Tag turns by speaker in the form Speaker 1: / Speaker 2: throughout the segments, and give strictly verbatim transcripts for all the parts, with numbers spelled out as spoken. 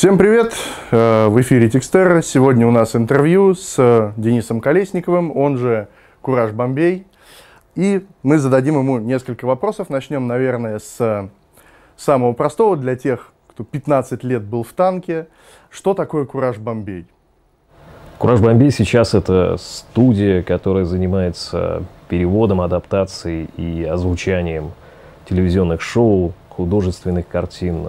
Speaker 1: Всем привет! В эфире Текстера. Сегодня у нас интервью с Денисом Колесниковым, он же Кураж Бомбей. И мы зададим ему несколько вопросов. Начнем, наверное, с самого простого для тех, кто пятнадцать лет был в танке. Что такое Кураж Бомбей?
Speaker 2: Кураж Бомбей сейчас это студия, которая занимается переводом, адаптацией и озвучанием телевизионных шоу, художественных картин,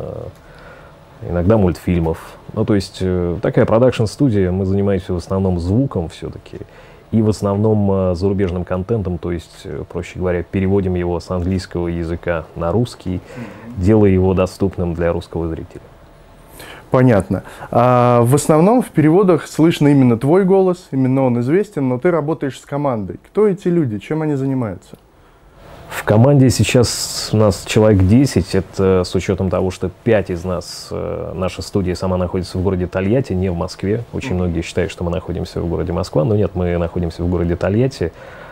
Speaker 2: иногда мультфильмов. Ну, то есть такая продакшн-студия. Мы занимаемся в основном звуком все-таки и в основном зарубежным контентом, то есть, проще говоря, переводим его с английского языка на русский, делая его доступным для русского зрителя.
Speaker 1: Понятно. А в основном в переводах слышно именно твой голос, именно он известен, но ты работаешь с командой. Кто эти люди, чем они занимаются?
Speaker 2: В команде сейчас у нас человек десять, это с учетом того, что пять из нас, наша студия сама находится в городе Тольятти, не в Москве. Очень многие считают, что мы находимся в городе Москва, но нет, мы находимся в городе Тольятти.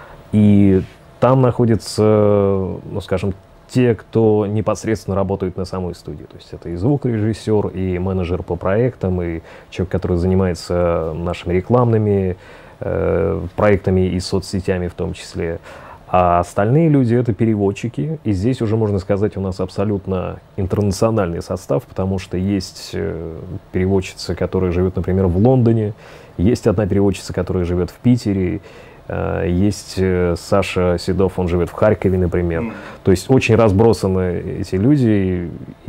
Speaker 2: И там находятся, ну скажем, те, кто непосредственно работает на самой студии. То есть это и звукорежиссер, и менеджер по проектам, и человек, который занимается нашими рекламными э, проектами и соцсетями в том числе. А остальные люди — это переводчики. И здесь уже, можно сказать, у нас абсолютно интернациональный состав, потому что есть переводчица, которая живет, например, в Лондоне, есть одна переводчица, которая живет в Питере, есть Саша Седов, он живет в Харькове, например. Mm. То есть очень разбросаны эти люди,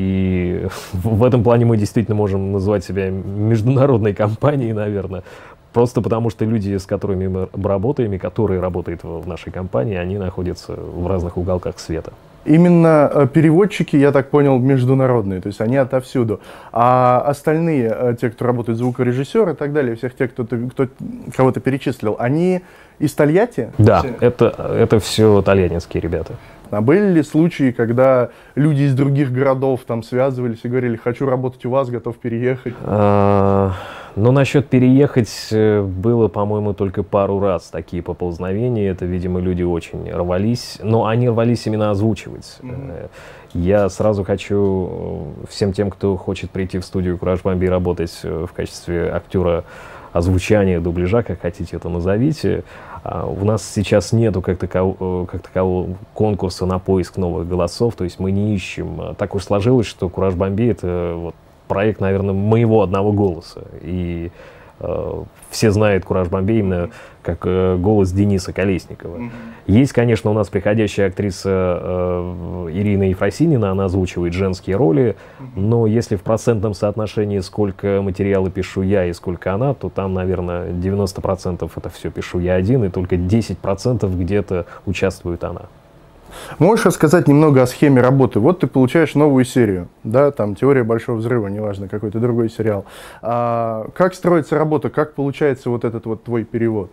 Speaker 2: и в этом плане мы действительно можем называть себя международной компанией, наверное. Просто потому, что люди, с которыми мы работаем, и которые работают в нашей компании, они находятся в разных уголках света.
Speaker 1: Именно переводчики, я так понял, международные, то есть они отовсюду. А остальные, те, кто работают, звукорежиссеры и так далее, всех тех, кто, кто кого-то перечислил, они из Тольятти?
Speaker 2: Да, все? это, это все тольяттинские ребята.
Speaker 1: А были ли случаи, когда люди из других городов там связывались и говорили: хочу работать у вас, готов переехать?
Speaker 2: А, ну, насчет переехать было, по-моему, только пару раз такие поползновения. Это, видимо, люди очень рвались, но они рвались именно озвучивать. Mm-hmm. Я сразу хочу всем тем, кто хочет прийти в студию Кураж Бомбей, работать в качестве актера озвучания, дубляжа, как хотите это назовите. У нас сейчас нету как такового, как такового конкурса на поиск новых голосов, то есть мы не ищем. Так уж сложилось, что Кураж Бомбей — это вот проект, наверное, моего одного голоса. И э, все знают Кураж Бомбей именно как э, голос Дениса Колесникова. Mm-hmm. Есть, конечно, у нас приходящая актриса э, Ирина Ефросинина, она озвучивает женские роли, mm-hmm. но если в процентном соотношении сколько материала пишу я и сколько она, то там, наверное, девяносто процентов это все пишу я один, и только десять процентов где-то участвует она.
Speaker 1: Можешь рассказать немного о схеме работы? Вот ты получаешь новую серию, да, там «Теория большого взрыва», неважно, какой-то другой сериал. А как строится работа, как получается вот этот вот твой перевод?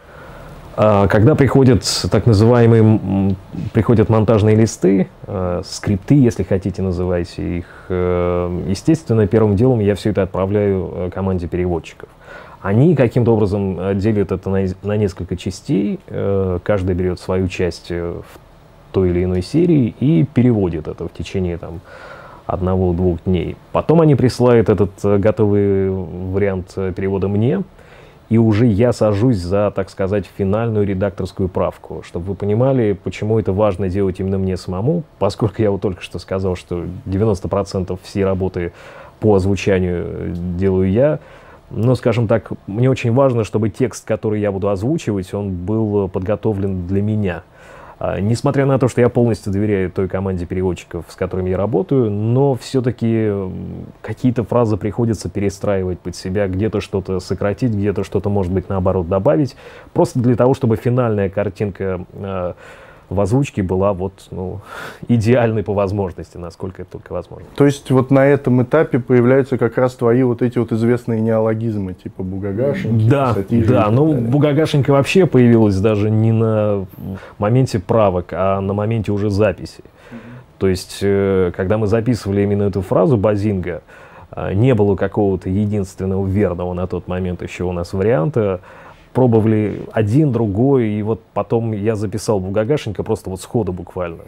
Speaker 2: Когда приходят так называемые, приходят монтажные листы, э, скрипты, если хотите, называйте их, э, естественно, первым делом я все это отправляю команде переводчиков. Они каким-то образом делят это на, на несколько частей, э, каждый берет свою часть в той или иной серии и переводит это в течение там одного-двух дней. Потом они присылают этот готовый вариант перевода мне, и уже я сажусь за, так сказать, финальную редакторскую правку, чтобы вы понимали, почему это важно делать именно мне самому, поскольку я вот только что сказал, что девяносто процентов всей работы по озвучанию делаю я. Но, скажем так, мне очень важно, чтобы текст, который я буду озвучивать, он был подготовлен для меня. Несмотря на то, что я полностью доверяю той команде переводчиков, с которыми я работаю, но все-таки какие-то фразы приходится перестраивать под себя, где-то что-то сократить, где-то что-то, может быть, наоборот, добавить, просто для того, чтобы финальная картинка э, в озвучке была вот, ну, идеальной по возможности, насколько это только возможно.
Speaker 1: То есть вот на этом этапе появляются как раз твои вот эти вот известные неологизмы, типа бугагашеньки,
Speaker 2: да,
Speaker 1: пассатижи.
Speaker 2: Да, ну бугагашенька вообще появилась даже не на моменте правок, а на моменте уже записи. Mm-hmm. То есть, когда мы записывали именно эту фразу «базинга», не было какого-то единственного верного на тот момент еще у нас варианта. Пробовали один, другой, и вот потом я записал бугагашенька просто вот сходу буквально.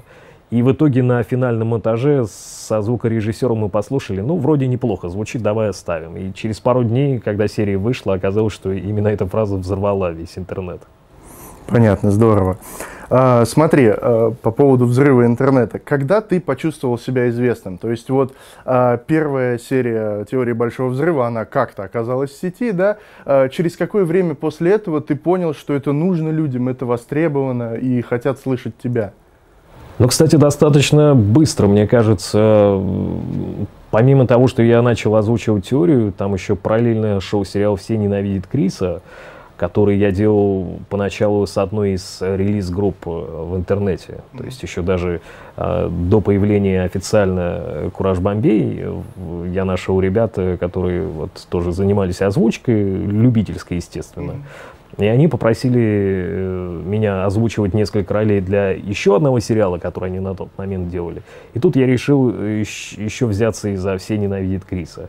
Speaker 2: И в итоге на финальном монтаже со звукорежиссером мы послушали, ну, вроде неплохо звучит, давай оставим. И через пару дней, когда серия вышла, оказалось, что именно эта фраза взорвала весь интернет.
Speaker 1: Понятно, здорово. А, смотри, а, по поводу взрыва интернета. Когда ты почувствовал себя известным? То есть вот а, первая серия «Теории большого взрыва», она как-то оказалась в сети, да? А, через какое время после этого ты понял, что это нужно людям, это востребовано и хотят слышать тебя?
Speaker 2: Ну, кстати, достаточно быстро, мне кажется. Помимо того, что я начал озвучивать «Теорию», там еще параллельно шоу-сериал «Все ненавидят Криса», который я делал поначалу с одной из релиз-групп в интернете. То есть еще даже э, до появления официально «Кураж Бомбей» я нашел ребят, которые вот тоже занимались озвучкой, любительской, естественно. И они попросили меня озвучивать несколько ролей для еще одного сериала, который они на тот момент делали. И тут я решил еще взяться и за «Все ненавидят Криса».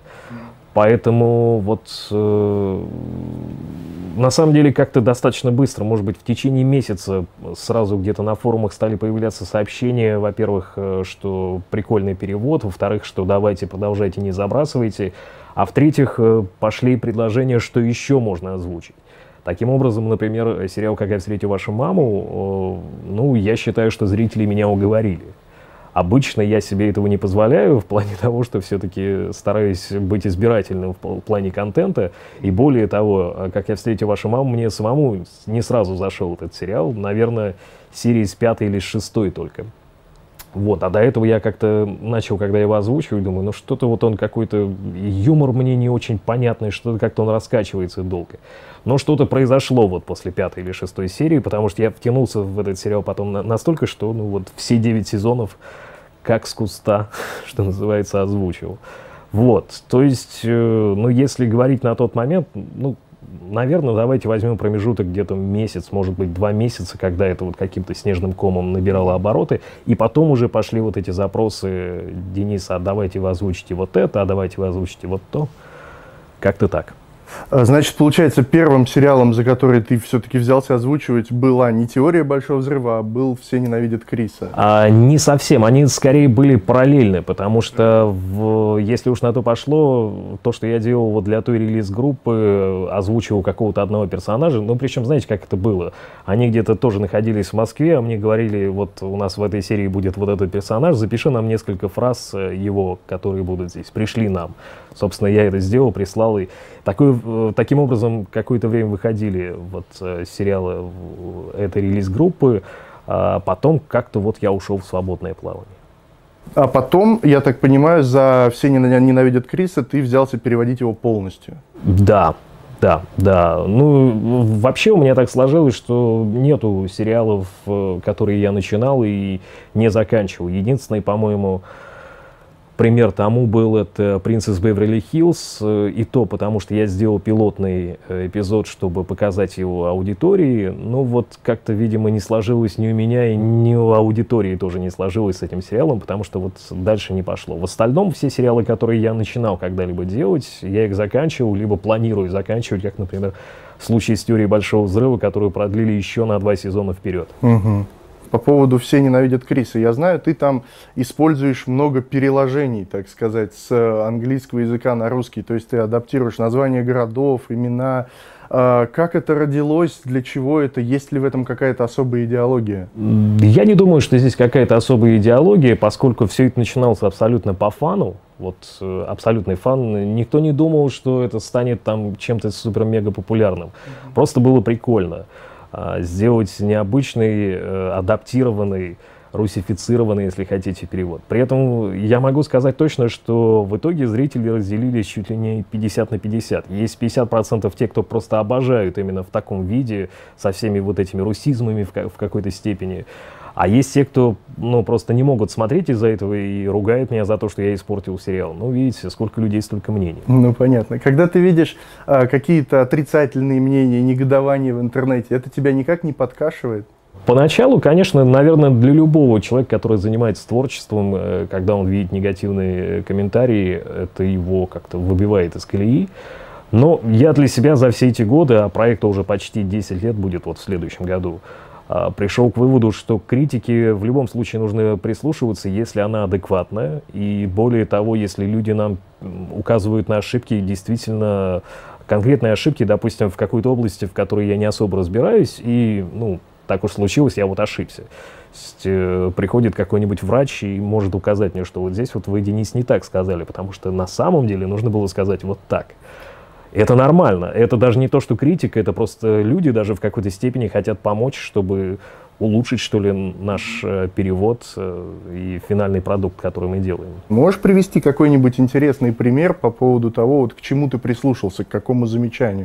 Speaker 2: Поэтому вот э, на самом деле как-то достаточно быстро, может быть, в течение месяца сразу где-то на форумах стали появляться сообщения, во-первых, что прикольный перевод, во-вторых, что давайте, продолжайте, не забрасывайте, а в-третьих, пошли предложения, что еще можно озвучить. Таким образом, например, сериал «Как я встретил вашу маму», э, ну, я считаю, что зрители меня уговорили. Обычно я себе этого не позволяю в плане того, что все-таки стараюсь быть избирательным в плане контента. И более того, «Как я встретил вашу маму», мне самому не сразу зашел этот сериал. Наверное, серии с пятой или с шестой только. Вот, а до этого я как-то начал, когда я его озвучиваю, думаю, ну что-то вот он какой-то, юмор мне не очень понятный, что-то как-то он раскачивается долго. Но что-то произошло вот после пятой или шестой серии, потому что я втянулся в этот сериал потом на- настолько, что ну вот все девять сезонов как с куста, что называется, озвучил. Вот, то есть, э, ну если говорить на тот момент, ну, наверное, давайте возьмем промежуток где-то месяц, может быть, два месяца, когда это вот каким-то снежным комом набирало обороты, и потом уже пошли вот эти запросы Дениса: а давайте вы озвучите вот это, а давайте вы озвучите вот то. Как-то так.
Speaker 1: Значит, получается, первым сериалом, за который ты все-таки взялся озвучивать, была не «Теория большого взрыва», а был «Все ненавидят Криса».
Speaker 2: А, не совсем. Они скорее были параллельны, потому что, в, если уж на то пошло, то, что я делал вот для той релиз-группы, озвучивал какого-то одного персонажа, ну, причем, знаете, как это было? Они где-то тоже находились в Москве, а мне говорили, вот у нас в этой серии будет вот этот персонаж, запиши нам несколько фраз его, которые будут здесь, пришли нам. Собственно, я это сделал, прислал, и такой, таким образом какое-то время выходили вот сериалы этой релиз-группы, а потом как-то вот я ушел в свободное плавание.
Speaker 1: А потом, я так понимаю, за «Все ненавидят Криса» ты взялся переводить его полностью.
Speaker 2: Да, да, да. Ну, вообще у меня так сложилось, что нету сериалов, которые я начинал и не заканчивал. Единственный, по-моему, пример тому был это «Принцесс Беверли-Хиллз», и то потому, что я сделал пилотный эпизод, чтобы показать его аудитории, но вот как-то, видимо, не сложилось ни у меня, и ни у аудитории тоже не сложилось с этим сериалом, потому что вот дальше не пошло. В остальном все сериалы, которые я начинал когда-либо делать, я их заканчивал, либо планирую заканчивать, как, например, в случае с «Теорией большого взрыва», которую продлили еще на два сезона вперед.
Speaker 1: Угу. По поводу «Все ненавидят Криса». Я знаю, ты там используешь много переложений, так сказать, с английского языка на русский. То есть ты адаптируешь названия городов, имена. Как это родилось, для чего это, есть ли в этом какая-то особая идеология?
Speaker 2: Я не думаю, что здесь какая-то особая идеология, поскольку все это начиналось абсолютно по фану. Вот абсолютный фан. Никто не думал, что это станет там чем-то супер-мега популярным. Mm-hmm. Просто было прикольно сделать необычный, адаптированный, русифицированный, если хотите, перевод. При этом я могу сказать точно, что в итоге зрители разделились чуть ли не пятьдесят на пятьдесят. Есть пятьдесят процентов те, кто просто обожают именно в таком виде, со всеми вот этими русизмами в, в какой-то степени. А есть те, кто ну, просто не могут смотреть из-за этого и ругают меня за то, что я испортил сериал. Ну, видите, сколько людей, столько мнений.
Speaker 1: Ну, понятно. Когда ты видишь а, какие-то отрицательные мнения, негодования в интернете, это тебя никак не подкашивает?
Speaker 2: Поначалу, конечно, наверное, для любого человека, который занимается творчеством, когда он видит негативные комментарии, это его как-то выбивает из колеи. Но я для себя за все эти годы, а проекту уже почти десять лет будет вот в следующем году, пришел к выводу, что к критике в любом случае нужно прислушиваться, если она адекватная. И более того, если люди нам указывают на ошибки, действительно конкретные ошибки, допустим, в какой-то области, в которой я не особо разбираюсь, и, ну, так уж случилось, я вот ошибся. Есть, э, приходит какой-нибудь врач и может указать мне, что вот здесь вот вы, Денис, не так сказали, потому что на самом деле нужно было сказать вот так. Это нормально. Это даже не то, что критика, это просто люди даже в какой-то степени хотят помочь, чтобы улучшить, что ли, наш э, перевод э, и финальный продукт, который мы делаем.
Speaker 1: Можешь привести какой-нибудь интересный пример по поводу того, вот, к чему ты прислушался, к какому замечанию?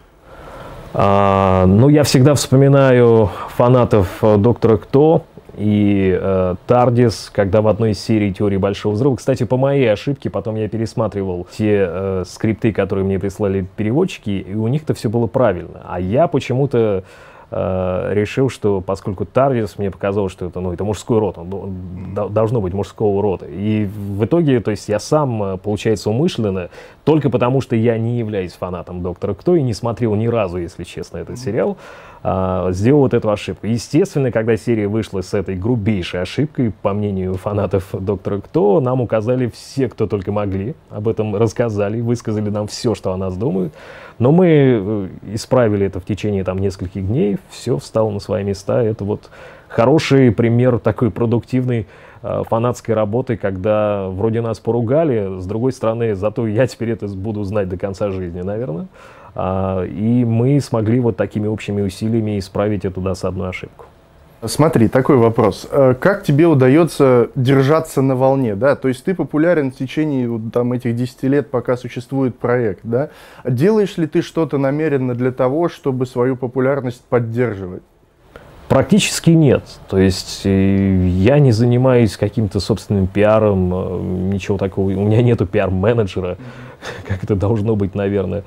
Speaker 2: А, ну, я всегда вспоминаю фанатов «Доктора Кто» и э, «Тардис», когда в одной из серий «Теории Большого Взрыва», кстати, по моей ошибке, потом я пересматривал те э, скрипты, которые мне прислали переводчики, и у них-то все было правильно. А я почему-то э, решил, что поскольку «Тардис», мне показалось, что это, ну, это мужской род, он, он должно быть мужского рода. И в итоге, то есть я сам, получается, умышленно, только потому что я не являюсь фанатом «Доктора Кто» и не смотрел ни разу, если честно, этот сериал, а, сделал вот эту ошибку. Естественно, когда серия вышла с этой грубейшей ошибкой, по мнению фанатов «Доктора Кто», нам указали все, кто только могли, об этом рассказали, высказали нам все, что о нас думают. Но мы исправили это в течение там нескольких дней, все встало на свои места. Это вот хороший пример такой продуктивной э, фанатской работы, когда вроде нас поругали, с другой стороны, зато я теперь это буду знать до конца жизни, наверное. А, и мы смогли вот такими общими усилиями исправить эту досадную ошибку.
Speaker 1: Смотри, такой вопрос. Как тебе удается держаться на волне, да? То есть ты популярен в течение вот, там, этих десяти лет, пока существует проект, да? Делаешь ли ты что-то намеренно для того, чтобы свою популярность поддерживать?
Speaker 2: Практически нет. То есть я не занимаюсь каким-то собственным пиаром, ничего такого. У меня нету пиар-менеджера, как это должно быть, наверное.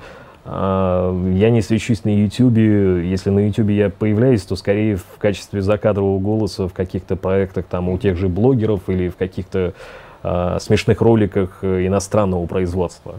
Speaker 2: Я не свечусь на Ютубе. Если на Ютубе я появляюсь, то скорее в качестве закадрового голоса в каких-то проектах там у тех же блогеров или в каких-то а, смешных роликах иностранного производства.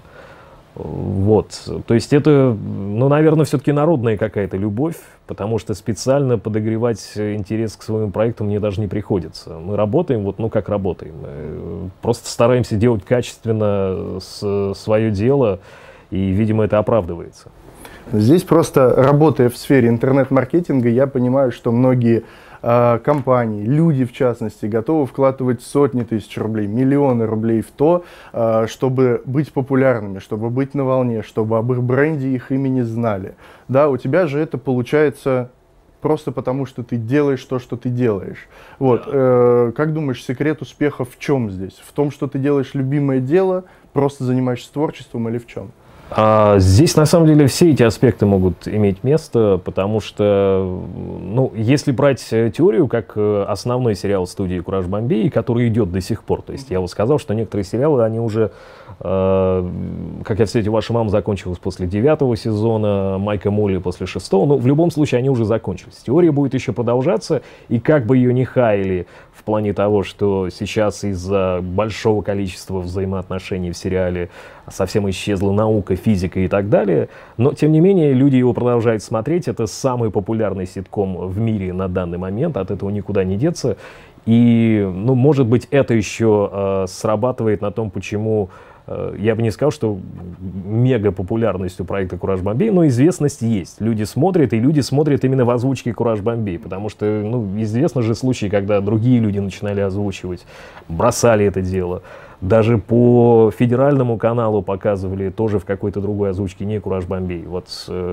Speaker 2: Вот. То есть это, ну, наверное, все-таки народная какая-то любовь, потому что специально подогревать интерес к своему проекту мне даже не приходится. Мы работаем, вот, ну, как работаем. Мы просто стараемся делать качественно с, свое дело, и, видимо, это оправдывается.
Speaker 1: Здесь просто, работая в сфере интернет-маркетинга, я понимаю, что многие э, компании, люди в частности, готовы вкладывать сотни тысяч рублей, миллионы рублей в то, э, чтобы быть популярными, чтобы быть на волне, чтобы об их бренде, их имени знали. Да, у тебя же это получается просто потому, что ты делаешь то, что ты делаешь. Вот. Э, как думаешь, секрет успеха в чем здесь? В том, что ты делаешь любимое дело, просто занимаешься творчеством, или в чем?
Speaker 2: А здесь, на самом деле, все эти аспекты могут иметь место, потому что, ну, если брать теорию как основной сериал студии «Кураж Бомбей», который идет до сих пор, то есть я вот сказал, что некоторые сериалы, они уже, э, «Как я встретил вашу маму» закончилась после девятого сезона, «Майк и Молли» после шестого, но в любом случае они уже закончились. Теория будет еще продолжаться, и как бы ее ни хаяли в плане того, что сейчас из-за большого количества взаимоотношений в сериале совсем исчезла наука, физика и так далее, но, тем не менее, люди его продолжают смотреть. Это самый популярный ситком в мире на данный момент, от этого никуда не деться. И, ну, может быть, это еще э, срабатывает на том, почему, э, я бы не сказал, что мега популярность у проекта «Кураж Бомбей», но известность есть. Люди смотрят, и люди смотрят именно в озвучке «Кураж Бомбей», потому что, ну, известны же случаи, когда другие люди начинали озвучивать, бросали это дело. Даже по федеральному каналу показывали тоже в какой-то другой озвучке, не «Кураж Бомбей». Вот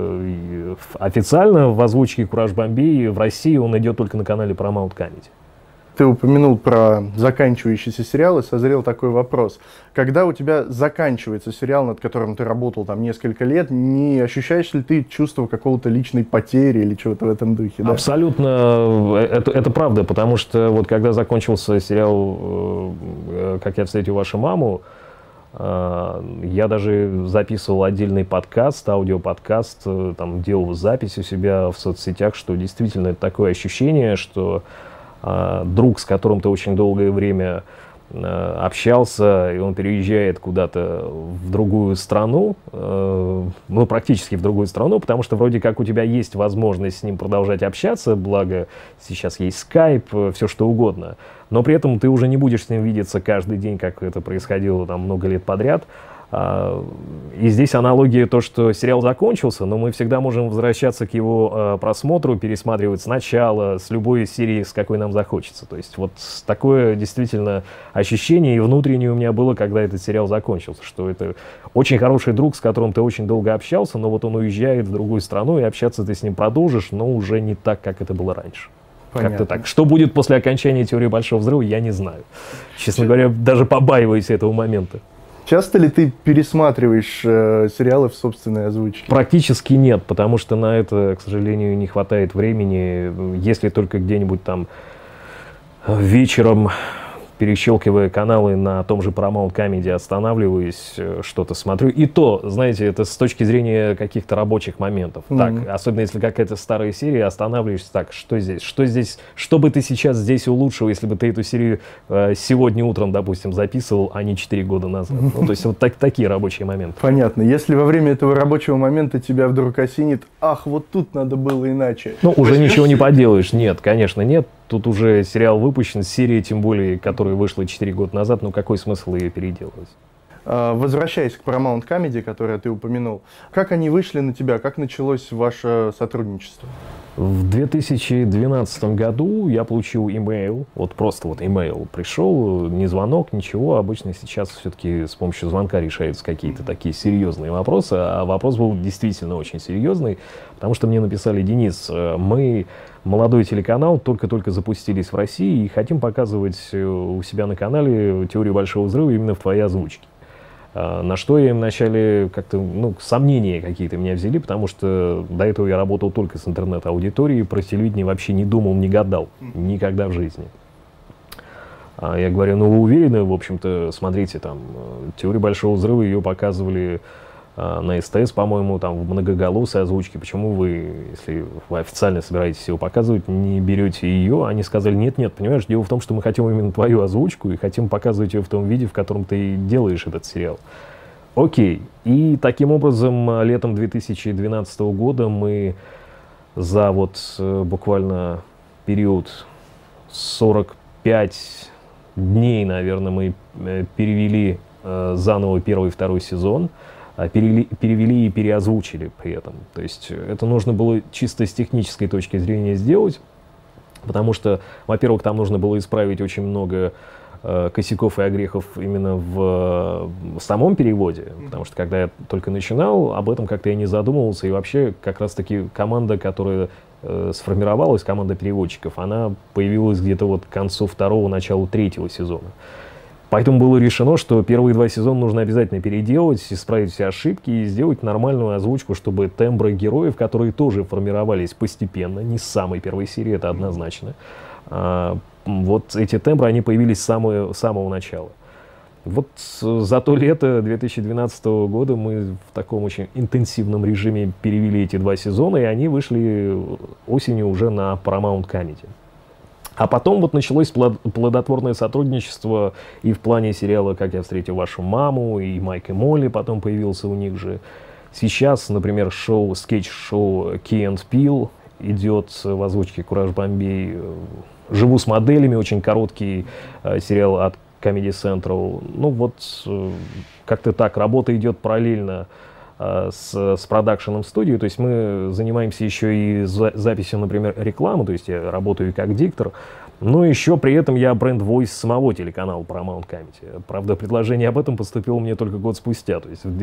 Speaker 2: э, официально в озвучке «Кураж Бомбей» в России он идет только на канале Paramount Comedy.
Speaker 1: Ты упомянул про заканчивающиеся сериалы, созрел такой вопрос. Когда у тебя заканчивается сериал, над которым ты работал там несколько лет, не ощущаешь ли ты чувство какого-то личной потери или чего-то в этом духе? Да?
Speaker 2: Абсолютно, это, это правда, потому что вот когда закончился сериал «Как я встретил вашу маму», я даже записывал отдельный подкаст, аудиоподкаст, там, делал запись у себя в соцсетях, что действительно это такое ощущение, что друг, с которым ты очень долгое время общался, и он переезжает куда-то в другую страну, ну, практически в другую страну, потому что вроде как у тебя есть возможность с ним продолжать общаться, благо сейчас есть скайп, все что угодно, но при этом ты уже не будешь с ним видеться каждый день, как это происходило там много лет подряд. И здесь аналогия то, что сериал закончился, но мы всегда можем возвращаться к его просмотру, пересматривать сначала, с любой серии, с какой нам захочется. То есть вот такое действительно ощущение и внутреннее у меня было, когда этот сериал закончился, что это очень хороший друг, с которым ты очень долго общался, но вот он уезжает в другую страну, и общаться ты с ним продолжишь, но уже не так, как это было раньше. Как-то так. Что будет после окончания «Теории большого взрыва», я не знаю. Честно говоря, даже побаиваюсь этого момента.
Speaker 1: Часто ли ты пересматриваешь э, сериалы в собственной озвучке?
Speaker 2: Практически нет, потому что на это, к сожалению, не хватает времени. Если только где-нибудь там вечером, перещелкивая каналы на том же Paramount Comedy, останавливаюсь, что-то смотрю. И то, знаете, это с точки зрения каких-то рабочих моментов. Mm-hmm. Так, особенно если какая-то старая серия, останавливаешься, так, что здесь? Что здесь? Что бы ты сейчас здесь улучшил, если бы ты эту серию э, сегодня утром, допустим, записывал, а не четыре года назад? Mm-hmm. Ну, то есть вот так, такие рабочие моменты.
Speaker 1: Понятно. Если во время этого рабочего момента тебя вдруг осенит, ах, вот тут надо было иначе.
Speaker 2: Ну, уже Возьмешь... ничего не поделаешь. Нет, конечно, нет. Тут уже сериал выпущен, серия, тем более, которая вышла четыре года назад, ну какой смысл ее переделывать?
Speaker 1: Возвращаясь к Paramount Comedy, которое ты упомянул, как они вышли на тебя, как началось ваше сотрудничество?
Speaker 2: В две тысячи двенадцатом году я получил имейл, вот просто вот имейл пришел, не звонок, ничего. Обычно сейчас все-таки с помощью звонка решаются какие-то такие серьезные вопросы, а вопрос был действительно очень серьезный, потому что мне написали: Денис, мы молодой телеканал, только-только запустились в России и хотим показывать у себя на канале «Теорию большого взрыва» именно в твоей озвучке. На что я им вначале как-то, ну, сомнения какие-то меня взяли, потому что до этого я работал только с интернет-аудиторией, про телевидение вообще не думал, не гадал, никогда в жизни. Я говорю, ну вы уверены, в общем-то, смотрите, там, «Теорию большого взрыва» ее показывали на СТС, по-моему, там, в многоголосой озвучке. Почему вы, если вы официально собираетесь его показывать, не берете ее? Они сказали: нет-нет, понимаешь, дело в том, что мы хотим именно твою озвучку и хотим показывать ее в том виде, в котором ты делаешь этот сериал. Окей. И таким образом, летом две тысячи двенадцатого года мы за вот буквально период сорок пять дней, наверное, мы перевели заново первый и второй сезон. Перевели, перевели и переозвучили при этом. То есть это нужно было чисто с технической точки зрения сделать, потому что, во-первых, там нужно было исправить очень много э, косяков и огрехов именно в, в самом переводе, потому что когда я только начинал, об этом как-то я не задумывался, и вообще как раз-таки команда, которая э, сформировалась, команда переводчиков, она появилась где-то вот к концу второго, началу третьего сезона. Поэтому было решено, что первые два сезона нужно обязательно переделать, исправить все ошибки и сделать нормальную озвучку, чтобы тембры героев, которые тоже формировались постепенно, не с самой первой серии, это однозначно, а, вот эти тембры, они появились с самого, с самого начала. Вот за то лето две тысячи двенадцатого года мы в таком очень интенсивном режиме перевели эти два сезона, и они вышли осенью уже на Paramount Comedy. А потом вот началось плодотворное сотрудничество и в плане сериала «Как я встретил вашу маму», и «Майк и Молли» потом появился у них же. Сейчас, например, шоу, скетч-шоу «Key and Peele» идет в озвучке «Кураж Бомбей». «Живу с моделями», очень короткий э, сериал от Comedy Central. Ну вот, э, как-то так, работа идет параллельно С, с продакшеном студии, то есть мы занимаемся еще и за, записью, например, рекламы, то есть я работаю и как диктор, но еще при этом я бренд-войс самого телеканала Paramount Comedy. Правда, предложение об этом поступило мне только год спустя, то есть в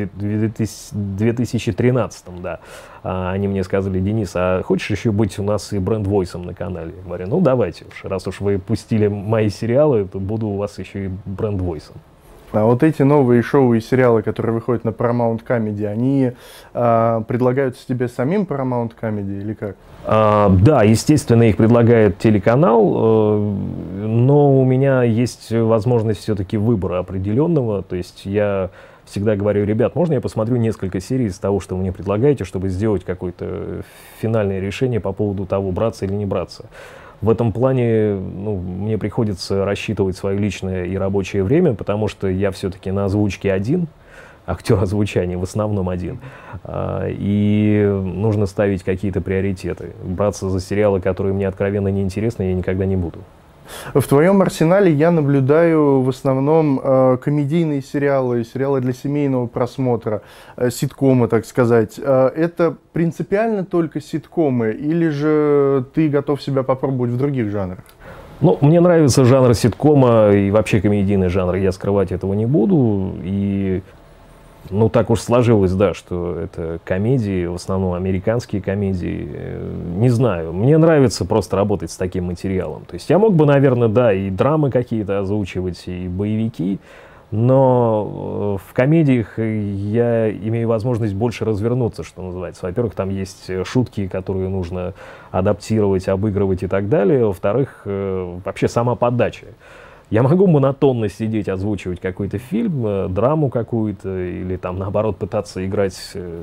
Speaker 2: две тысячи тринадцатом, да. Они мне сказали: Денис, а хочешь еще быть у нас и бренд-войсом на канале? Я говорю, ну давайте уж, раз уж вы пустили мои сериалы, то буду у вас еще и бренд-войсом.
Speaker 1: А вот эти новые шоу и сериалы, которые выходят на Paramount Comedy, они а, предлагаются тебе самим Paramount Comedy или как?
Speaker 2: А, да, естественно, их предлагает телеканал, но у меня есть возможность все-таки выбора определенного. То есть я всегда говорю: ребят, можно я посмотрю несколько серий из того, что вы мне предлагаете, чтобы сделать какое-то финальное решение по поводу того, браться или не браться. в этом плане ну, мне приходится рассчитывать свое личное и рабочее время, потому что я все-таки на озвучке один, актер озвучания в основном один, и нужно ставить какие-то приоритеты. Браться за сериалы, которые мне откровенно неинтересны, я никогда не буду.
Speaker 1: В твоем арсенале я наблюдаю в основном э, комедийные сериалы, сериалы для семейного просмотра, э, ситкомы, так сказать. Э, это принципиально только ситкомы, или же ты готов себя попробовать в других жанрах?
Speaker 2: Ну, мне нравится жанр ситкома и вообще комедийный жанр, я скрывать этого не буду. И, ну, так уж сложилось, да, что это комедии, в основном американские комедии. Не знаю, мне нравится просто работать с таким материалом. То есть я мог бы, наверное, да, и драмы какие-то озвучивать, и боевики, но в комедиях я имею возможность больше развернуться, что называется. Во-первых, там есть шутки, которые нужно адаптировать, обыгрывать и так далее. Во-вторых, вообще сама подача. Я могу монотонно сидеть, озвучивать какой-то фильм, драму какую-то, или там, наоборот, пытаться играть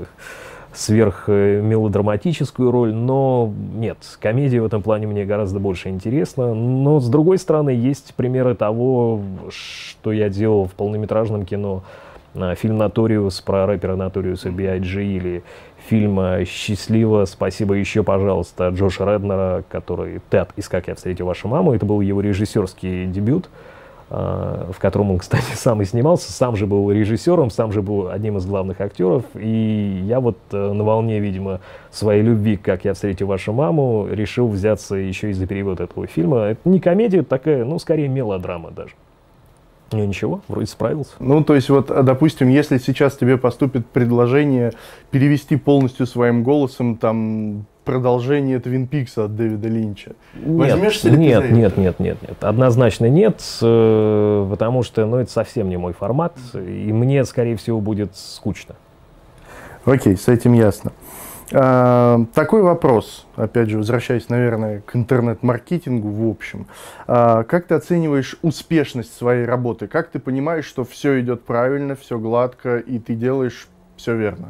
Speaker 2: сверхмелодраматическую роль, но нет, комедия в этом плане мне гораздо больше интересна. Но, с другой стороны, есть примеры того, что я делал в полнометражном кино. Фильм «Ноториус» про рэпера Ноториуса би ай джи, или фильм «Счастливо, спасибо еще, пожалуйста» Джоша Реднера, который «Тед» из «Как я встретил вашу маму». Это был его режиссерский дебют, в котором он, кстати, сам и снимался, сам же был режиссером, сам же был одним из главных актеров. И я вот на волне, видимо, своей любви к «Как я встретил вашу маму» решил взяться еще и за перевод этого фильма. Это не комедия, это такая, ну, скорее мелодрама даже. Ну, ничего, вроде справился.
Speaker 1: Ну, то есть, вот, допустим, если сейчас тебе поступит предложение перевести полностью своим голосом там продолжение Твин Пикса от Дэвида Линча, возьмешься ли
Speaker 2: нет,
Speaker 1: ты за
Speaker 2: нет,
Speaker 1: это?
Speaker 2: нет, нет, нет, однозначно нет, потому что, ну, это совсем не мой формат, и мне, скорее всего, будет скучно.
Speaker 1: Окей, с этим ясно. А, такой вопрос, опять же, возвращаясь, наверное, к интернет-маркетингу в общем. А, как ты оцениваешь успешность своей работы? Как ты понимаешь, что все идет правильно, все гладко, и ты делаешь все верно?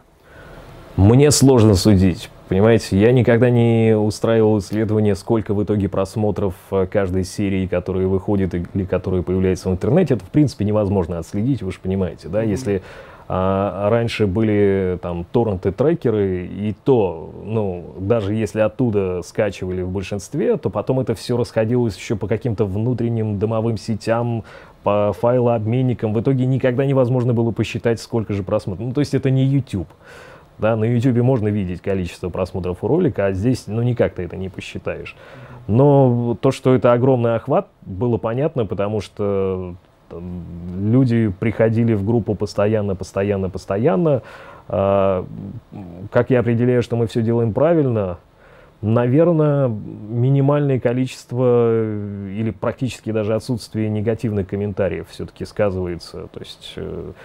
Speaker 2: Мне сложно судить. Понимаете, я никогда не устраивал исследования, сколько в итоге просмотров каждой серии, которая выходит или которая появляется в интернете. Это, в принципе, невозможно отследить, вы же понимаете, да? Если а, раньше были там торренты-трекеры, и то, ну, даже если оттуда скачивали в большинстве, то потом это все расходилось еще по каким-то внутренним домовым сетям, по файлообменникам. В итоге никогда невозможно было посчитать, сколько же просмотров. Ну, то есть это не YouTube. Да, на YouTube можно видеть количество просмотров у ролика, а здесь, ну, никак ты это не посчитаешь. Но то, что это огромный охват, было понятно, потому что там, люди приходили в группу постоянно, постоянно, постоянно. А, как я определяю, что мы все делаем правильно? Наверное, минимальное количество или практически даже отсутствие негативных комментариев все-таки сказывается. То есть...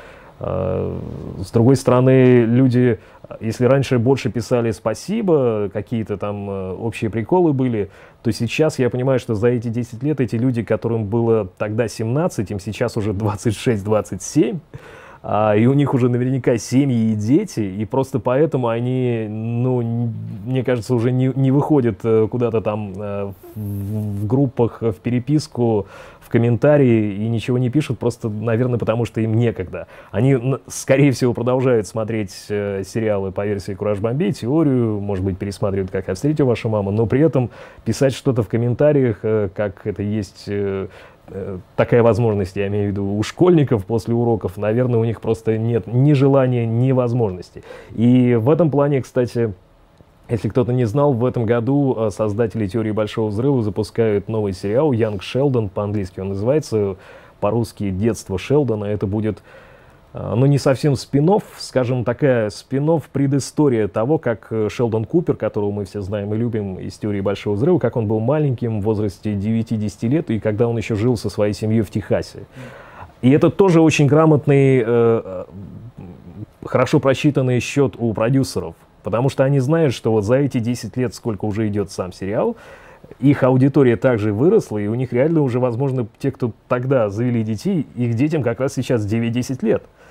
Speaker 2: С другой стороны, люди, если раньше больше писали «спасибо», какие-то там общие приколы были, то сейчас я понимаю, что за эти десять лет эти люди, которым было тогда семнадцать, им сейчас уже двадцать шесть двадцать семь, а, и у них уже наверняка семьи и дети, и просто поэтому они, ну, мне кажется, уже не, не выходят куда-то там в, в группах, в переписку, в комментарии и ничего не пишут, просто, наверное, потому что им некогда. Они, скорее всего, продолжают смотреть э, сериалы по версии «Кураж Бомбей», «Теорию», может быть, пересматривают «Как я встретил вашу маму», но при этом писать что-то в комментариях, э, как это есть... Э, такая возможность, я имею в виду, у школьников после уроков, наверное, у них просто нет ни желания, ни возможности. И в этом плане, кстати, если кто-то не знал, в этом году создатели «Теории большого взрыва» запускают новый сериал «Young Sheldon», по-английски он называется, по-русски «Детство Шелдона». Это будет, ну, не совсем спин-офф, скажем, такая спин-офф предыстория того, как Шелдон Купер, которого мы все знаем и любим из «Теории большого взрыва», как он был маленьким, в возрасте девяти-десяти лет, и когда он еще жил со своей семьей в Техасе. И это тоже очень грамотный, э, хорошо просчитанный счет у продюсеров, потому что они знают, что вот за эти десять лет, сколько уже идет сам сериал, их аудитория также выросла, и у них реально уже, возможно, те, кто тогда завели детей, их детям как раз сейчас девять-десять лет.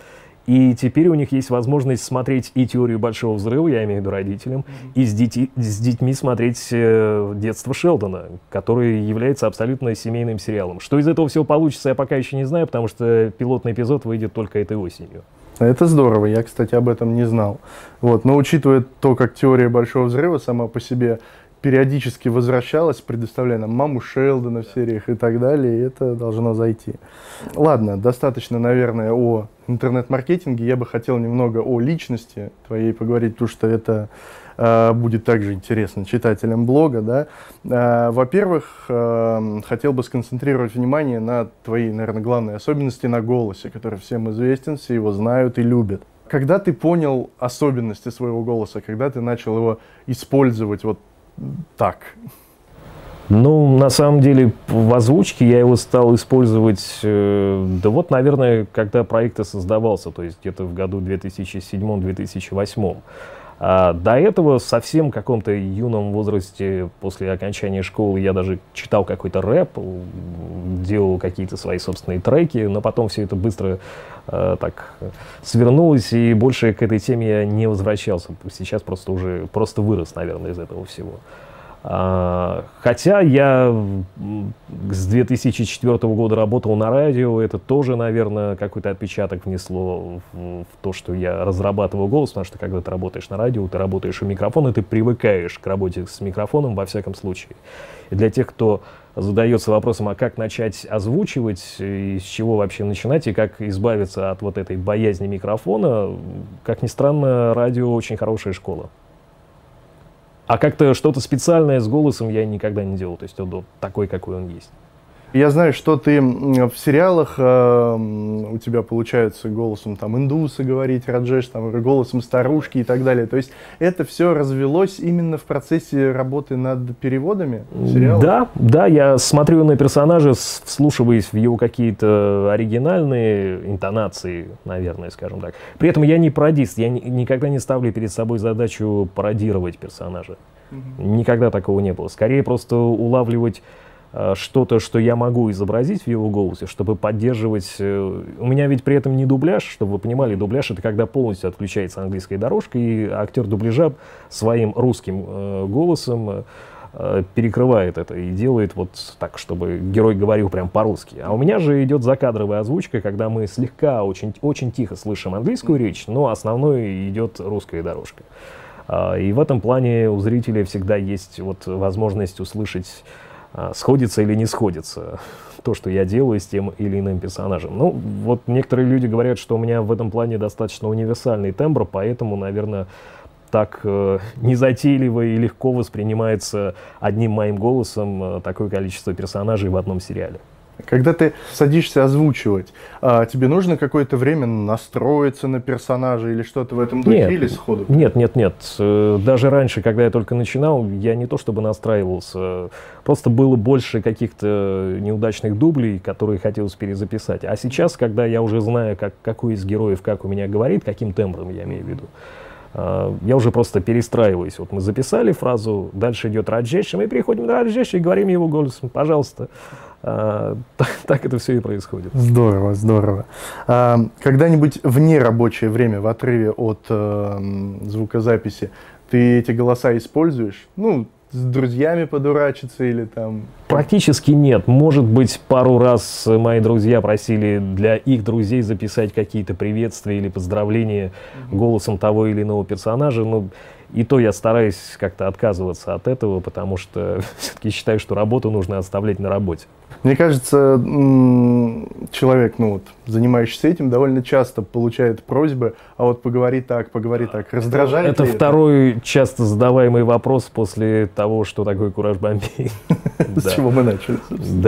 Speaker 2: И теперь у них есть возможность смотреть и «Теорию большого взрыва», я имею в виду родителям, mm-hmm. и с, дети, с детьми смотреть э, «Детство Шелдона», который является абсолютно семейным сериалом. Что из этого всего получится, я пока еще не знаю, потому что пилотный эпизод выйдет только этой осенью.
Speaker 1: Это здорово, я, кстати, об этом не знал. Вот. Но учитывая то, как «Теория большого взрыва» сама по себе периодически возвращалась, предоставляя нам маму Шелдона в сериях и так далее, и это должно зайти. Ладно, достаточно, наверное, о интернет-маркетинге. Я бы хотел немного о личности твоей поговорить, потому что это э, будет также интересно читателям блога. Да? Э, во-первых, э, хотел бы сконцентрировать внимание на твоей, наверное, главной особенности, на голосе, который всем известен, все его знают и любят. Когда ты понял особенности своего голоса, когда ты начал его использовать вот так?
Speaker 2: Ну, на самом деле, в озвучке я его стал использовать, э, да вот, наверное, когда проект создавался, то есть где-то в году две тысячи седьмом — две тысячи восьмом. А до этого, совсем в совсем каком-то юном возрасте, после окончания школы, я даже читал какой-то рэп, делал какие-то свои собственные треки, но потом все это быстро э, так свернулось, и больше к этой теме я не возвращался. Сейчас просто уже просто вырос, наверное, из этого всего. А, хотя я с две тысячи четвёртого года работал на радио, это тоже, наверное, какой-то отпечаток внесло в, в то, что я разрабатывал голос, потому что когда ты работаешь на радио, ты работаешь у микрофона, ты привыкаешь к работе с микрофоном во всяком случае. И для тех, кто задается вопросом, а как начать озвучивать, и с чего вообще начинать, и как избавиться от вот этой боязни микрофона, как ни странно, радио очень хорошая школа. А как-то что-то специальное с голосом я никогда не делал, то есть он такой, какой он есть.
Speaker 1: Я знаю, что ты в сериалах, э, у тебя получается голосом там индуса говорить, Раджеш, там, голосом старушки и так далее. То есть это все развелось именно в процессе работы над переводами сериалов?
Speaker 2: Да, да, я смотрю на персонажа, вслушиваясь в его какие-то оригинальные интонации, наверное, скажем так. При этом я не пародист, я ни, никогда не ставлю перед собой задачу пародировать персонажа. Mm-hmm. Никогда такого не было. Скорее просто улавливать что-то, что я могу изобразить в его голосе, чтобы поддерживать... У меня ведь при этом не дубляж, чтобы вы понимали, дубляж — это когда полностью отключается английская дорожка, и актер дубляжа своим русским э, голосом э, перекрывает это и делает вот так, чтобы герой говорил прям по-русски. А у меня же идет закадровая озвучка, когда мы слегка, очень, очень тихо слышим английскую речь, но основной идет русская дорожка. И в этом плане у зрителя всегда есть вот возможность услышать, сходится или не сходится то, что я делаю с тем или иным персонажем. Ну, вот некоторые люди говорят, что у меня в этом плане достаточно универсальный тембр, поэтому, наверное, так э, незатейливо и легко воспринимается одним моим голосом э, такое количество персонажей в одном сериале.
Speaker 1: Когда ты садишься озвучивать, а, тебе нужно какое-то время настроиться на персонажа или что-то в этом духе,
Speaker 2: нет,
Speaker 1: или сходу?
Speaker 2: Нет, нет, нет. Даже раньше, когда я только начинал, я не то чтобы настраивался, просто было больше каких-то неудачных дублей, которые хотелось перезаписать. А сейчас, когда я уже знаю, как, какой из героев как у меня говорит, каким тембром я имею в виду, я уже просто перестраиваюсь. Вот мы записали фразу, дальше идет Раджеш, мы приходим на Раджеш и говорим его голосом, пожалуйста. А, так, так это все и происходит.
Speaker 1: Здорово, здорово. А, когда-нибудь в нерабочее время, в отрыве от э, звукозаписи, ты эти голоса используешь? Ну, с друзьями подурачиться или там...
Speaker 2: Практически нет. Может быть, пару раз мои друзья просили для их друзей записать какие-то приветствия или поздравления mm-hmm. голосом того или иного персонажа. Но и то я стараюсь как-то отказываться от этого, потому что все-таки считаю, что работу нужно оставлять на работе.
Speaker 1: Мне кажется, человек, ну вот, занимающийся этим, довольно часто получает просьбы, а вот поговори так, поговори так. Раздражает
Speaker 2: это
Speaker 1: ли
Speaker 2: второй
Speaker 1: это?
Speaker 2: часто задаваемый вопрос после того, что такое Кураж Бомбей.
Speaker 1: С чего мы начали.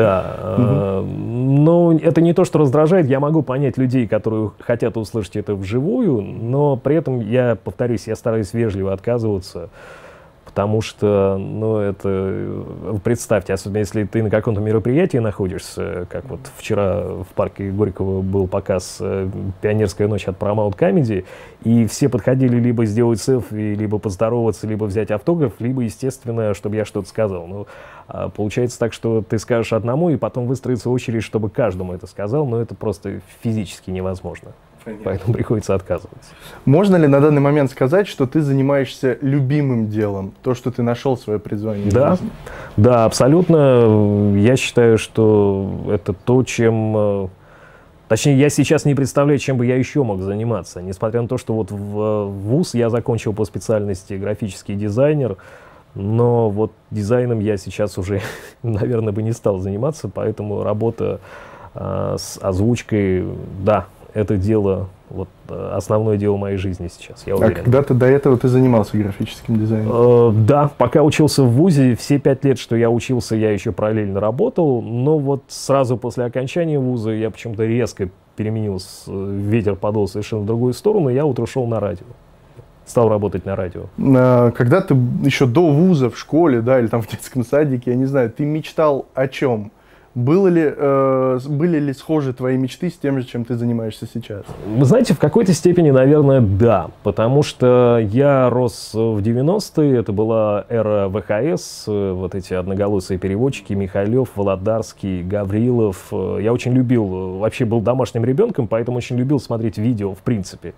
Speaker 2: Да. Но это не то, что раздражает. Я могу понять людей, которые хотят услышать это вживую, но при этом я, повторюсь, я стараюсь вежливо отказываться. Потому что, ну, это, представьте, особенно если ты на каком-то мероприятии находишься, как вот вчера в парке Горького был показ «Пионерская ночь» от Paramount Comedy, и все подходили либо сделать селфи, либо поздороваться, либо взять автограф, либо, естественно, чтобы я что-то сказал. Ну, получается так, что ты скажешь одному, и потом выстроится очередь, чтобы каждому это сказал, но это просто физически невозможно.
Speaker 1: Понятно.
Speaker 2: Поэтому приходится отказываться.
Speaker 1: Можно ли на данный момент сказать, что ты занимаешься любимым делом, то, что ты нашел свое призвание?
Speaker 2: Да, да, абсолютно. Я считаю, что это то, чем... Точнее, я сейчас не представляю, чем бы я еще мог заниматься. Несмотря на то, что вот в вуз я закончил по специальности графический дизайнер, но вот дизайном я сейчас уже, наверное, бы не стал заниматься, поэтому работа э, с озвучкой, да, это дело, вот, основное дело моей жизни сейчас, я уверен.
Speaker 1: А когда-то до этого ты занимался графическим дизайном?
Speaker 2: Э, да, пока учился в вузе, все пять лет, что я учился, я еще параллельно работал, но вот сразу после окончания вуза я почему-то резко переменил, ветер подул совершенно в другую сторону, и я вот ушел на радио. Стал работать на радио.
Speaker 1: Когда ты еще до вуза, в школе, да, или там в детском садике, я не знаю, ты мечтал о чем? Было ли, э, были ли схожи твои мечты с тем же, чем ты занимаешься сейчас?
Speaker 2: Вы знаете, в какой-то степени, наверное, да. Потому что я рос в девяностые, это была эра вэ ха эс, вот эти одноголосые переводчики, Михайлов, Володарский, Гаврилов. Я очень любил, вообще был домашним ребенком, поэтому очень любил смотреть видео, в принципе.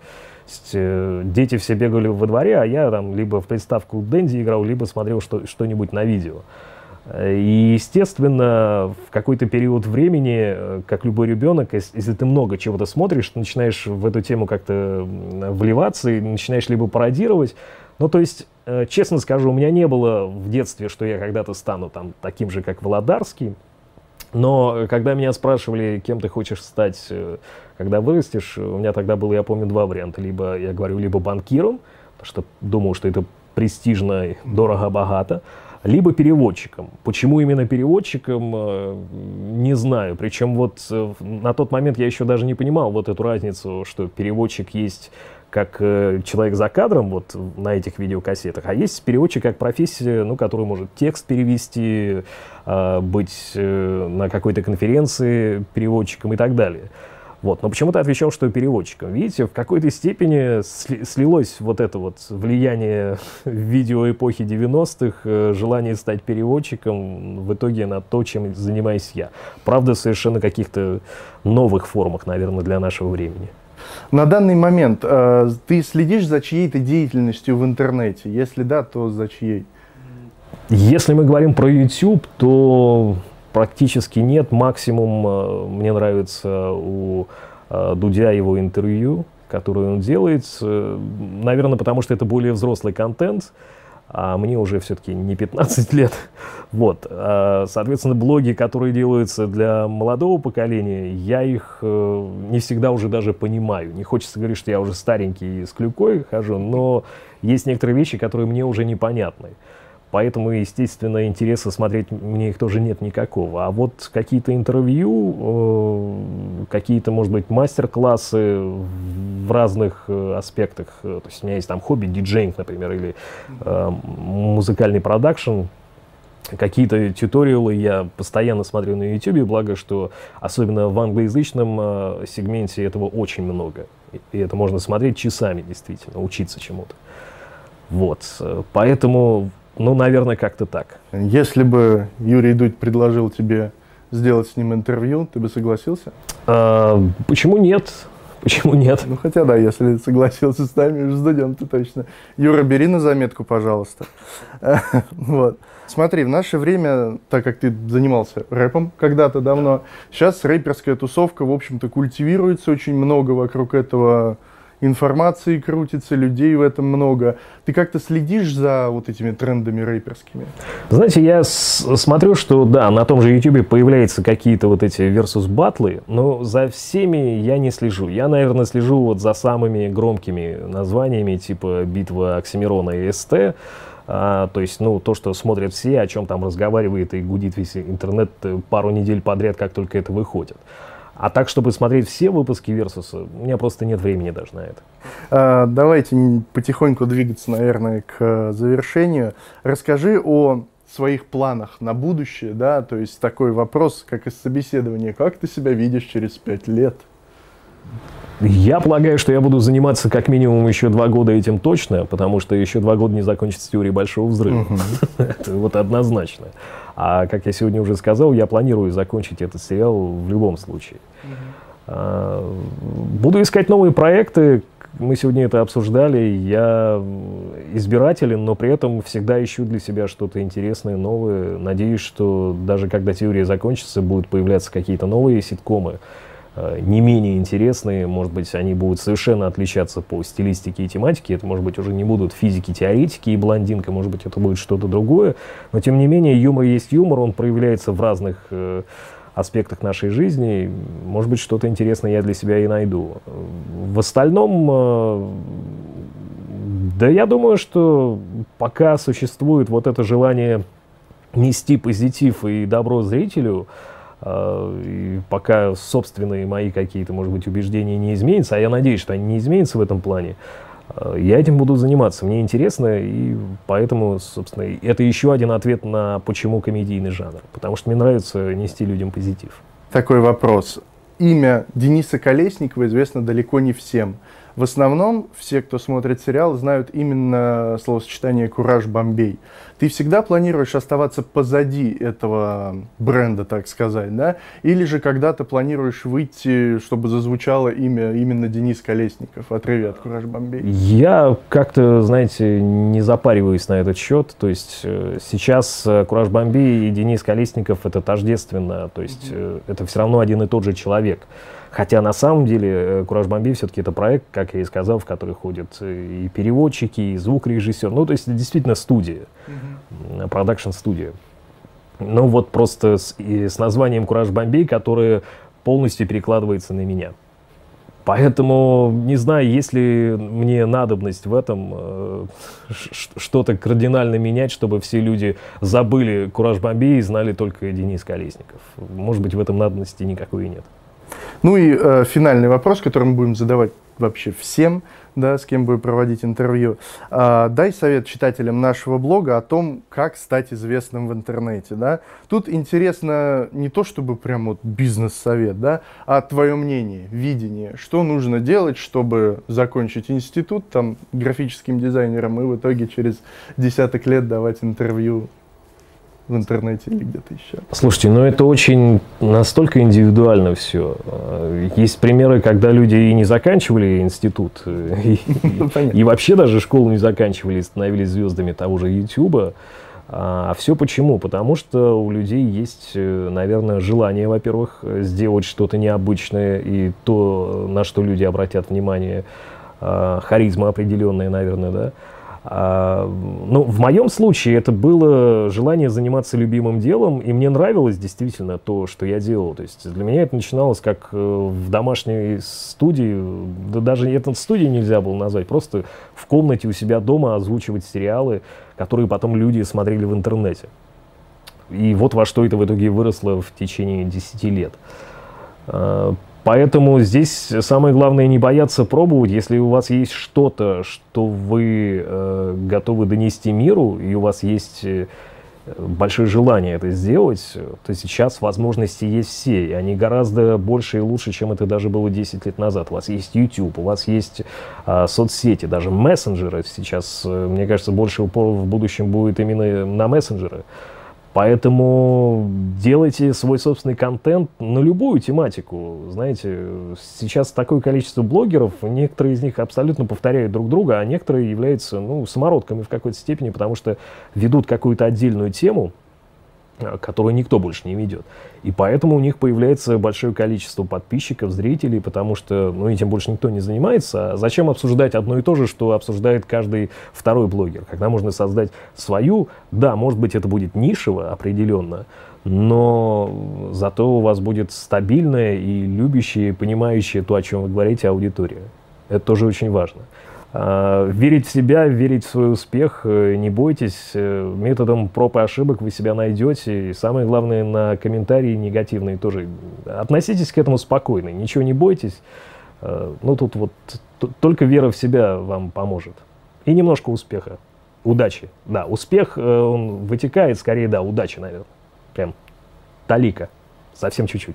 Speaker 2: Дети все бегали во дворе, а я там либо в приставку Дэнди играл, либо смотрел что, что-нибудь на видео. И, естественно, в какой-то период времени, как любой ребенок, если ты много чего-то смотришь, ты начинаешь в эту тему как-то вливаться и начинаешь либо пародировать. Ну, то есть, честно скажу, у меня не было в детстве, что я когда-то стану там таким же, как Володарский. Но когда меня спрашивали, кем ты хочешь стать, когда вырастешь, у меня тогда было, я помню, два варианта. Либо я говорю, либо банкиром, потому что думал, что это престижно, дорого-богато, либо переводчиком. Почему именно переводчиком, не знаю. Причем вот на тот момент я еще даже не понимал вот эту разницу, что переводчик есть как человек за кадром вот на этих видеокассетах, а есть переводчик как профессия, ну, который может текст перевести, быть на какой-то конференции переводчиком и так далее. Вот. Но почему-то отвечал, что переводчиком. Видите, в какой-то степени сли- слилось вот это вот влияние видеоэпохи девяностых, э, желание стать переводчиком в итоге на то, чем занимаюсь я. Правда, совершенно каких-то новых формах, наверное, для нашего времени.
Speaker 1: На данный момент э, ты следишь за чьей-то деятельностью в интернете? Если да, то за чьей?
Speaker 2: Если мы говорим про YouTube, то... практически нет. Максимум э, мне нравится у э, Дудя его интервью, которое он делает. Э, наверное, потому что это более взрослый контент, а мне уже все-таки не пятнадцать лет. Вот. А, соответственно, блоги, которые делаются для молодого поколения, я их э, не всегда уже даже понимаю. Не хочется говорить, что я уже старенький и с клюкой хожу, но есть некоторые вещи, которые мне уже непонятны. Поэтому, естественно, интереса смотреть мне их тоже нет никакого. А вот какие-то интервью, э, какие-то, может быть, мастер-классы в разных э, аспектах. То есть у меня есть там хобби, диджейнг, например, или э, музыкальный продакшн. Какие-то тьюториалы я постоянно смотрю на YouTube, благо, что особенно в англоязычном э, сегменте этого очень много. И это можно смотреть часами, действительно, учиться чему-то. Вот, поэтому... Ну, наверное, как-то так.
Speaker 1: Если бы Юрий Дудь предложил тебе сделать с ним интервью, ты бы согласился?
Speaker 2: А, почему нет? Почему нет?
Speaker 1: Ну, хотя да, если согласился с нами, с Дудем, то точно. Юра, бери на заметку, пожалуйста. Вот. Смотри, в наше время, так как ты занимался рэпом когда-то давно, сейчас рэперская тусовка, в общем-то, культивируется очень много вокруг этого. Информации крутится, людей в этом много. Ты как-то следишь за вот этими трендами рэперскими?
Speaker 2: Знаете, я смотрю, что да, на том же YouTube появляются какие-то вот эти versus-батлы, но за всеми я не слежу. Я, наверное, слежу вот за самыми громкими названиями, типа «Битва Оксимирона» и эс тэ. А, то есть, ну, то, что смотрят все, о чем там разговаривает и гудит весь интернет пару недель подряд, как только это выходит. А так, чтобы смотреть все выпуски Версуса, у меня просто нет времени даже на это.
Speaker 1: А, давайте потихоньку двигаться, наверное, к завершению. Расскажи о своих планах на будущее, да, то есть такой вопрос, как из собеседования. Как ты себя видишь через пять лет?
Speaker 2: Я полагаю, что я буду заниматься как минимум еще два года этим точно, потому что еще два года не закончится теория Большого Взрыва. Это вот однозначно. А как я сегодня уже сказал, я планирую закончить этот сериал в любом случае. Буду искать новые проекты. Мы сегодня это обсуждали. Я избирателен, но при этом всегда ищу для себя что-то интересное, новое. Надеюсь, что даже когда теория закончится, будут появляться какие-то новые ситкомы, не менее интересные. Может быть, они будут совершенно отличаться по стилистике и тематике. Это, может быть, уже не будут физики, теоретики и блондинка. Может быть, это будет что-то другое. Но, тем не менее, юмор есть юмор. Он проявляется в разных аспектах нашей жизни. Может быть, что-то интересное я для себя и найду. В остальном, да, я думаю, что пока существует вот это желание нести позитив и добро зрителю, и пока собственные мои какие-то, может быть, убеждения не изменятся, а я надеюсь, что они не изменятся в этом плане, я этим буду заниматься. Мне интересно, и поэтому, собственно, это еще один ответ на почему комедийный жанр. Потому что мне нравится нести людям позитив.
Speaker 1: Такой вопрос. Имя Дениса Колесникова известно далеко не всем. В основном все, кто смотрит сериал, знают именно словосочетание «Кураж Бомбей». Ты всегда планируешь оставаться позади этого бренда, так сказать, да? Или же когда-то планируешь выйти, чтобы зазвучало имя именно Денис Колесников? Отрыви от «Кураж Бомбей».
Speaker 2: Я как-то, знаете, не запариваюсь на этот счет. То есть сейчас «Кураж Бомбей» и Денис Колесников — это тождественно. То есть mm-hmm. это все равно один и тот же человек. Хотя на самом деле «Кураж Бомбей» все-таки это проект, как я и сказал, в который ходят и переводчики, и звукорежиссер. Ну, то есть это действительно студия, продакшн-студия. Но вот просто с, и с названием «Кураж Бомбей», которое полностью перекладывается на меня. Поэтому не знаю, есть ли мне надобность в этом э, что-то кардинально менять, чтобы все люди забыли «Кураж Бомбей» и знали только Денис Колесников. Может быть, в этом надобности никакой и нет.
Speaker 1: Ну и э, финальный вопрос, который мы будем задавать вообще всем, да, с кем будем проводить интервью. Э, дай совет читателям нашего блога о том, как стать известным в интернете. Да? Тут интересно не то, чтобы прям вот бизнес-совет, да, а твое мнение, видение, что нужно делать, чтобы закончить институт там, графическим дизайнером и в итоге через десяток лет давать интервью в интернете или где-то еще.
Speaker 2: Слушайте, ну это очень настолько индивидуально все. Есть примеры, когда люди и не заканчивали институт, и, и вообще даже школу не заканчивали, и становились звездами того же Ютуба. А все почему? Потому что у людей есть, наверное, желание, во-первых, сделать что-то необычное, и то, на что люди обратят внимание, харизма определенная, наверное, да. А, ну, в моем случае это было желание заниматься любимым делом, и мне нравилось действительно то, что я делал. То есть для меня это начиналось как в домашней студии, да даже это студией нельзя было назвать, просто в комнате у себя дома озвучивать сериалы, которые потом люди смотрели в интернете. И вот во что это в итоге выросло в течение десяти лет. Поэтому здесь самое главное не бояться пробовать. Если у вас есть что-то, что вы э, готовы донести миру, и у вас есть э, большое желание это сделать, то сейчас возможности есть все, и они гораздо больше и лучше, чем это даже было десять лет назад. У вас есть YouTube, у вас есть э, соцсети, даже мессенджеры. Сейчас, э, мне кажется, больше упор в будущем будет именно на мессенджеры. Поэтому делайте свой собственный контент на любую тематику. Знаете, сейчас такое количество блогеров, некоторые из них абсолютно повторяют друг друга, а некоторые являются, ну, самородками в какой-то степени, потому что ведут какую-то отдельную тему, которую никто больше не ведет. И поэтому у них появляется большое количество подписчиков, зрителей, потому что, ну, этим больше никто не занимается. А зачем обсуждать одно и то же, что обсуждает каждый второй блогер? Когда можно создать свою, да, может быть, это будет нишево определенно, но зато у вас будет стабильная и любящая, понимающая то, о чем вы говорите, аудитория. Это тоже очень важно. Верить в себя, верить в свой успех, не бойтесь. Методом проб и ошибок вы себя найдете. И самое главное, на комментарии негативные тоже. Относитесь к этому спокойно, ничего не бойтесь. Ну, тут вот только вера в себя вам поможет. И немножко успеха. Удачи. Да, успех, он вытекает скорее, да, удачи, наверное. Прям талика. Совсем чуть-чуть.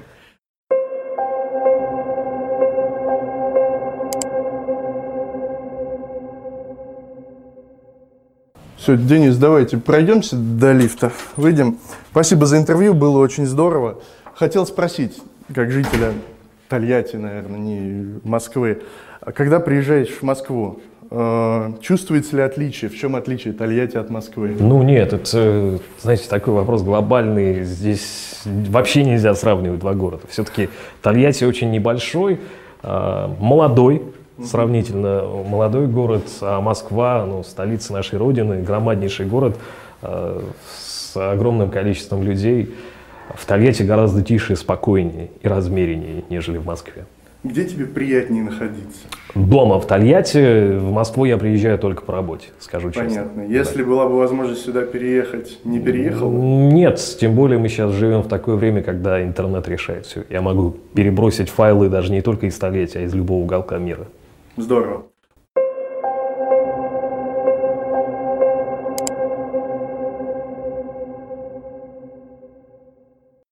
Speaker 1: Все, Денис, давайте пройдемся до лифта, выйдем. Спасибо за интервью, было очень здорово. Хотел спросить, как жителя Тольятти, наверное, не Москвы. А когда приезжаешь в Москву, э, чувствуется ли отличие? В чем отличие Тольятти от Москвы?
Speaker 2: Ну нет, это, знаете, такой вопрос глобальный. Здесь вообще нельзя сравнивать два города. Все-таки Тольятти очень небольшой, э, молодой, сравнительно молодой город, а Москва, ну, столица нашей Родины, громаднейший город э, с огромным количеством людей. В Тольятти гораздо тише, спокойнее и размереннее, нежели в Москве.
Speaker 1: Где тебе приятнее находиться?
Speaker 2: Дома в Тольятти, в Москву я приезжаю только по работе, скажу честно.
Speaker 1: Понятно. Если да. была бы возможность сюда переехать, не переехал бы?
Speaker 2: Нет, тем более мы сейчас живем в такое время, когда интернет решает все. Я могу перебросить файлы даже не только из Тольятти, а из любого уголка мира.
Speaker 1: Здорово.